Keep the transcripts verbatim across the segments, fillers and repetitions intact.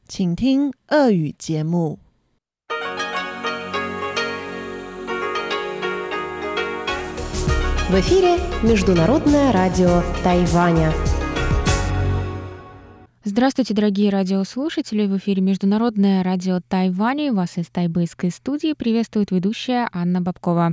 请听俄语节目。 В эфире Международное радио Тайваня. Здравствуйте, дорогие радиослушатели! В эфире Международное радио Тайваня. Вас из тайбэйской студии приветствует ведущая Анна Бабкова.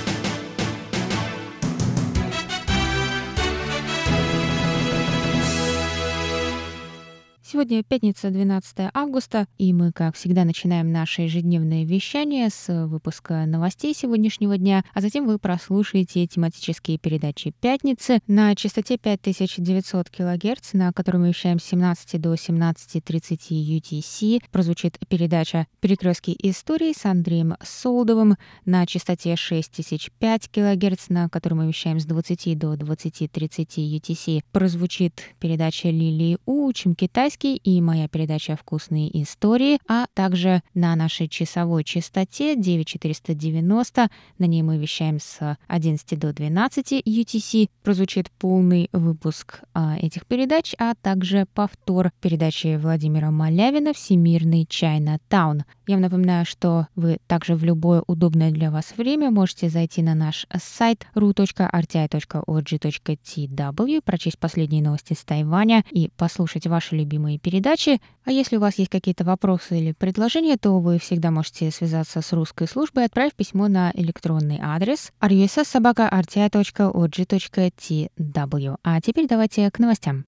Сегодня пятница, двенадцатое августа, и мы, как всегда, начинаем наше ежедневное вещание с выпуска новостей сегодняшнего дня, а затем вы прослушаете тематические передачи пятницы на частоте пять тысяч девятьсот килогерц, на которой мы вещаем с семнадцати до семнадцати тридцати ю ти си. Прозвучит передача «Перекрестки истории» с Андреем Солдовым на частоте шесть тысяч пять килогерц, на которой мы вещаем с двадцати до двадцати тридцати ю ти си. Прозвучит передача Лилии У «Учим китайский» и моя передача «Вкусные истории», а также на нашей часовой частоте девять тысяч четыреста девяносто, на ней мы вещаем с одиннадцати до двенадцати ю ти си. Прозвучит полный выпуск а, этих передач, а также повтор передачи Владимира Малявина «Всемирный Чайна-таун». Я вам напоминаю, что вы также в любое удобное для вас время можете зайти на наш сайт ру точка ар ти ай точка о ар джи точка ти дабл ю, прочесть последние новости с Тайваня и послушать ваши любимые передачи. А если у вас есть какие-то вопросы или предложения, то вы всегда можете связаться с русской службой, отправив письмо на электронный адрес ар ю эс эс собака ар ти ай точка о ар джи точка ти дабл ю. А теперь давайте к новостям.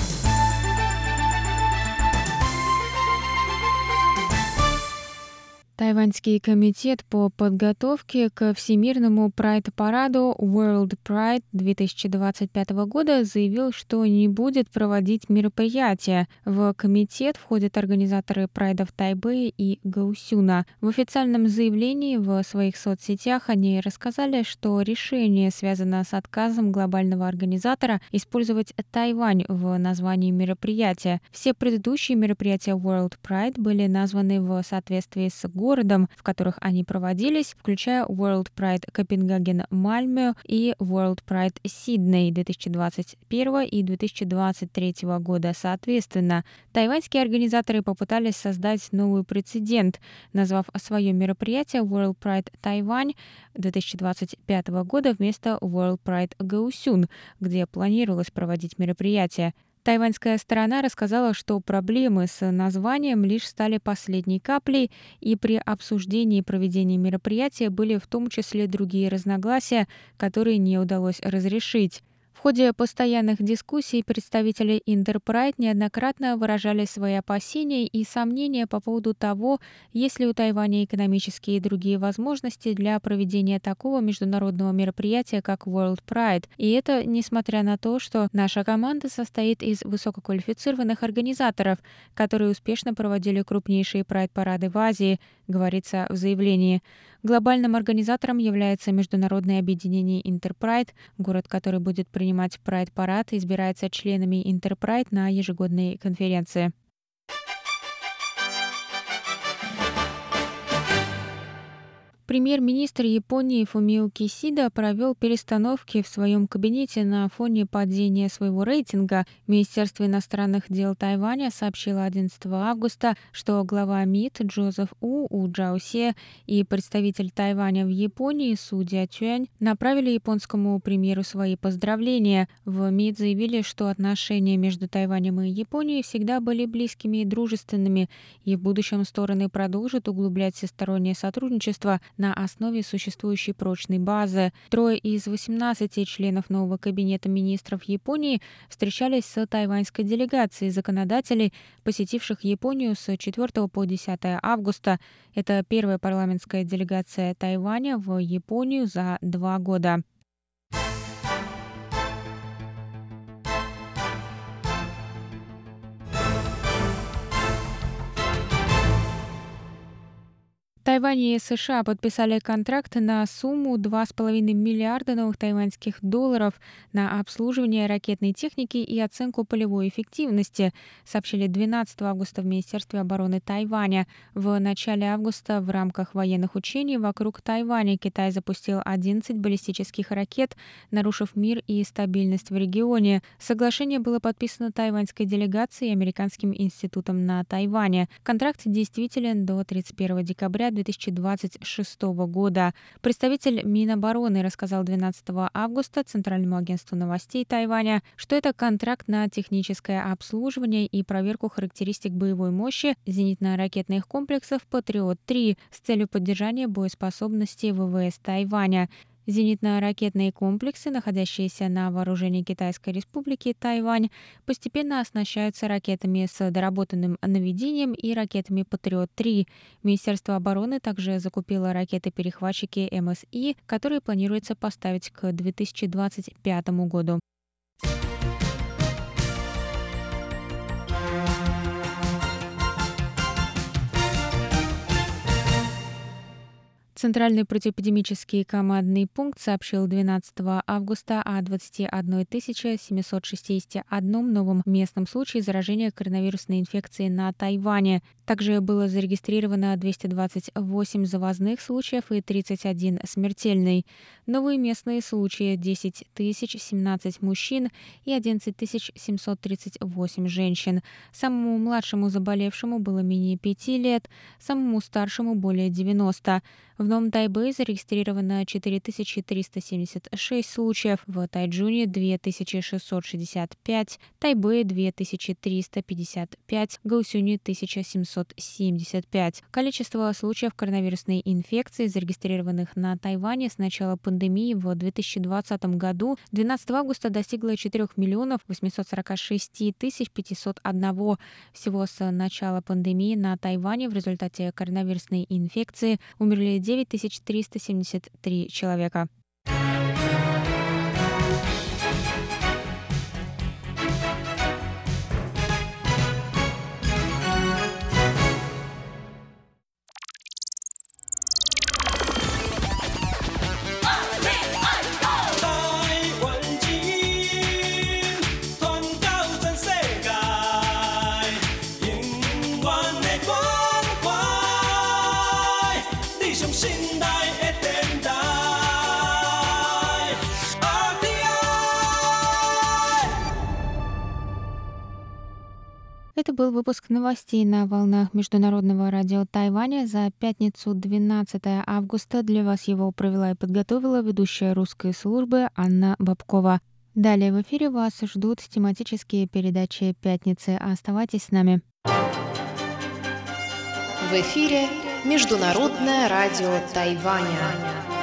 Тайваньский комитет по подготовке к Всемирному прайд-параду World Pride две тысячи двадцать пятого года заявил, что не будет проводить мероприятия. В комитет входят организаторы прайдов Тайбэя и Гаусюна. В официальном заявлении в своих соцсетях они рассказали, что решение связано с отказом глобального организатора использовать Тайвань в названии мероприятия. Все предыдущие мероприятия World Pride были названы в соответствии с городом, городом, в которых они проводились, включая World Pride Копенгаген Мальмö и World Pride Сидней две тысячи двадцать первого и две тысячи двадцать третьего года соответственно. Тайваньские организаторы попытались создать новый прецедент, назвав свое мероприятие World Pride Тайвань две тысячи двадцать пятого года вместо World Pride Гаусюн, где планировалось проводить мероприятие. Тайваньская сторона рассказала, что проблемы с названием лишь стали последней каплей, и при обсуждении проведения мероприятия были в том числе другие разногласия, которые не удалось разрешить. В ходе постоянных дискуссий представители Интерпрайд неоднократно выражали свои опасения и сомнения по поводу того, есть ли у Тайваня экономические и другие возможности для проведения такого международного мероприятия, как World Pride. И это несмотря на то, что наша команда состоит из высококвалифицированных организаторов, которые успешно проводили крупнейшие прайд-парады в Азии, говорится в заявлении. Глобальным организатором является Международное объединение Интерпрайд. Город, который будет принимать прайд-парад, избирается членами Интерпрайд на ежегодной конференции. Премьер-министр Японии Фумио Кисида провел перестановки в своем кабинете на фоне падения своего рейтинга. Министерство иностранных дел Тайваня сообщило одиннадцатого августа, что глава МИД Джозеф У У Джаусе и представитель Тайваня в Японии Су Дятюань направили японскому премьеру свои поздравления. В МИД заявили, что отношения между Тайванем и Японией всегда были близкими и дружественными, и в будущем стороны продолжат углублять всестороннее сотрудничество на основе существующей прочной базы. Трое из восемнадцати членов нового кабинета министров Японии встречались с тайваньской делегацией законодателей, посетивших Японию с четвёртого по десятое августа. Это первая парламентская делегация Тайваня в Японию за два года. Тайвань и США подписали контракт на сумму два с половиной миллиарда новых тайваньских долларов на обслуживание ракетной техники и оценку полевой эффективности, сообщили двенадцатого августа в Министерстве обороны Тайваня. В начале августа в рамках военных учений вокруг Тайваня Китай запустил одиннадцать баллистических ракет, нарушив мир и стабильность в регионе. Соглашение было подписано тайваньской делегацией и Американским институтом на Тайване. Контракт действителен до тридцать первого декабря две тысячи двадцать шестого года. Представитель Минобороны рассказал двенадцатого августа Центральному агентству новостей Тайваня, что это контракт на техническое обслуживание и проверку характеристик боевой мощи зенитно-ракетных комплексов «Патриот-три» с целью поддержания боеспособности ВВС Тайваня. Зенитно-ракетные комплексы, находящиеся на вооружении Китайской Республики Тайвань, постепенно оснащаются ракетами с доработанным наведением и ракетами «Патриот-три». Министерство обороны также закупило ракеты-перехватчики эм эс и, которые планируется поставить к две тысячи двадцать пятому году. Центральный противоэпидемический командный пункт сообщил двенадцатого августа о двадцати одной тысяче семисот шестидесяти одном новом местном случае заражения коронавирусной инфекцией на Тайване. Также было зарегистрировано двести двадцать восемь завозных случаев и тридцать один смертельный. Новые местные случаи — десять тысяч семнадцать мужчин и одиннадцать тысяч семьсот тридцать восемь женщин. Самому младшему заболевшему было менее пяти лет, самому старшему более девяноста. В Новом Тайбэе зарегистрировано четыре тысячи триста семьдесят шесть случаев, в Тайчжуне — две тысячи шестьсот шестьдесят пять, Тайбэе — две тысячи триста пятьдесят пять, Гаосюне — тысяча семьсот семьдесят пять. Количество случаев коронавирусной инфекции, зарегистрированных на Тайване с начала пандемии в две тысячи двадцатом году, двенадцатого августа достигло четырёх миллионов восьмисот сорока шести тысяч пятисот одного. Всего с начала пандемии на Тайване в результате коронавирусной инфекции умерли девять тысяч триста семьдесят три человека. Это был выпуск новостей на волнах Международного радио Тайваня за пятницу, двенадцатого августа. Для вас его провела и подготовила ведущая русской службы Анна Бабкова. Далее в эфире вас ждут тематические передачи пятницы. Оставайтесь с нами. В эфире Международное радио Тайваня.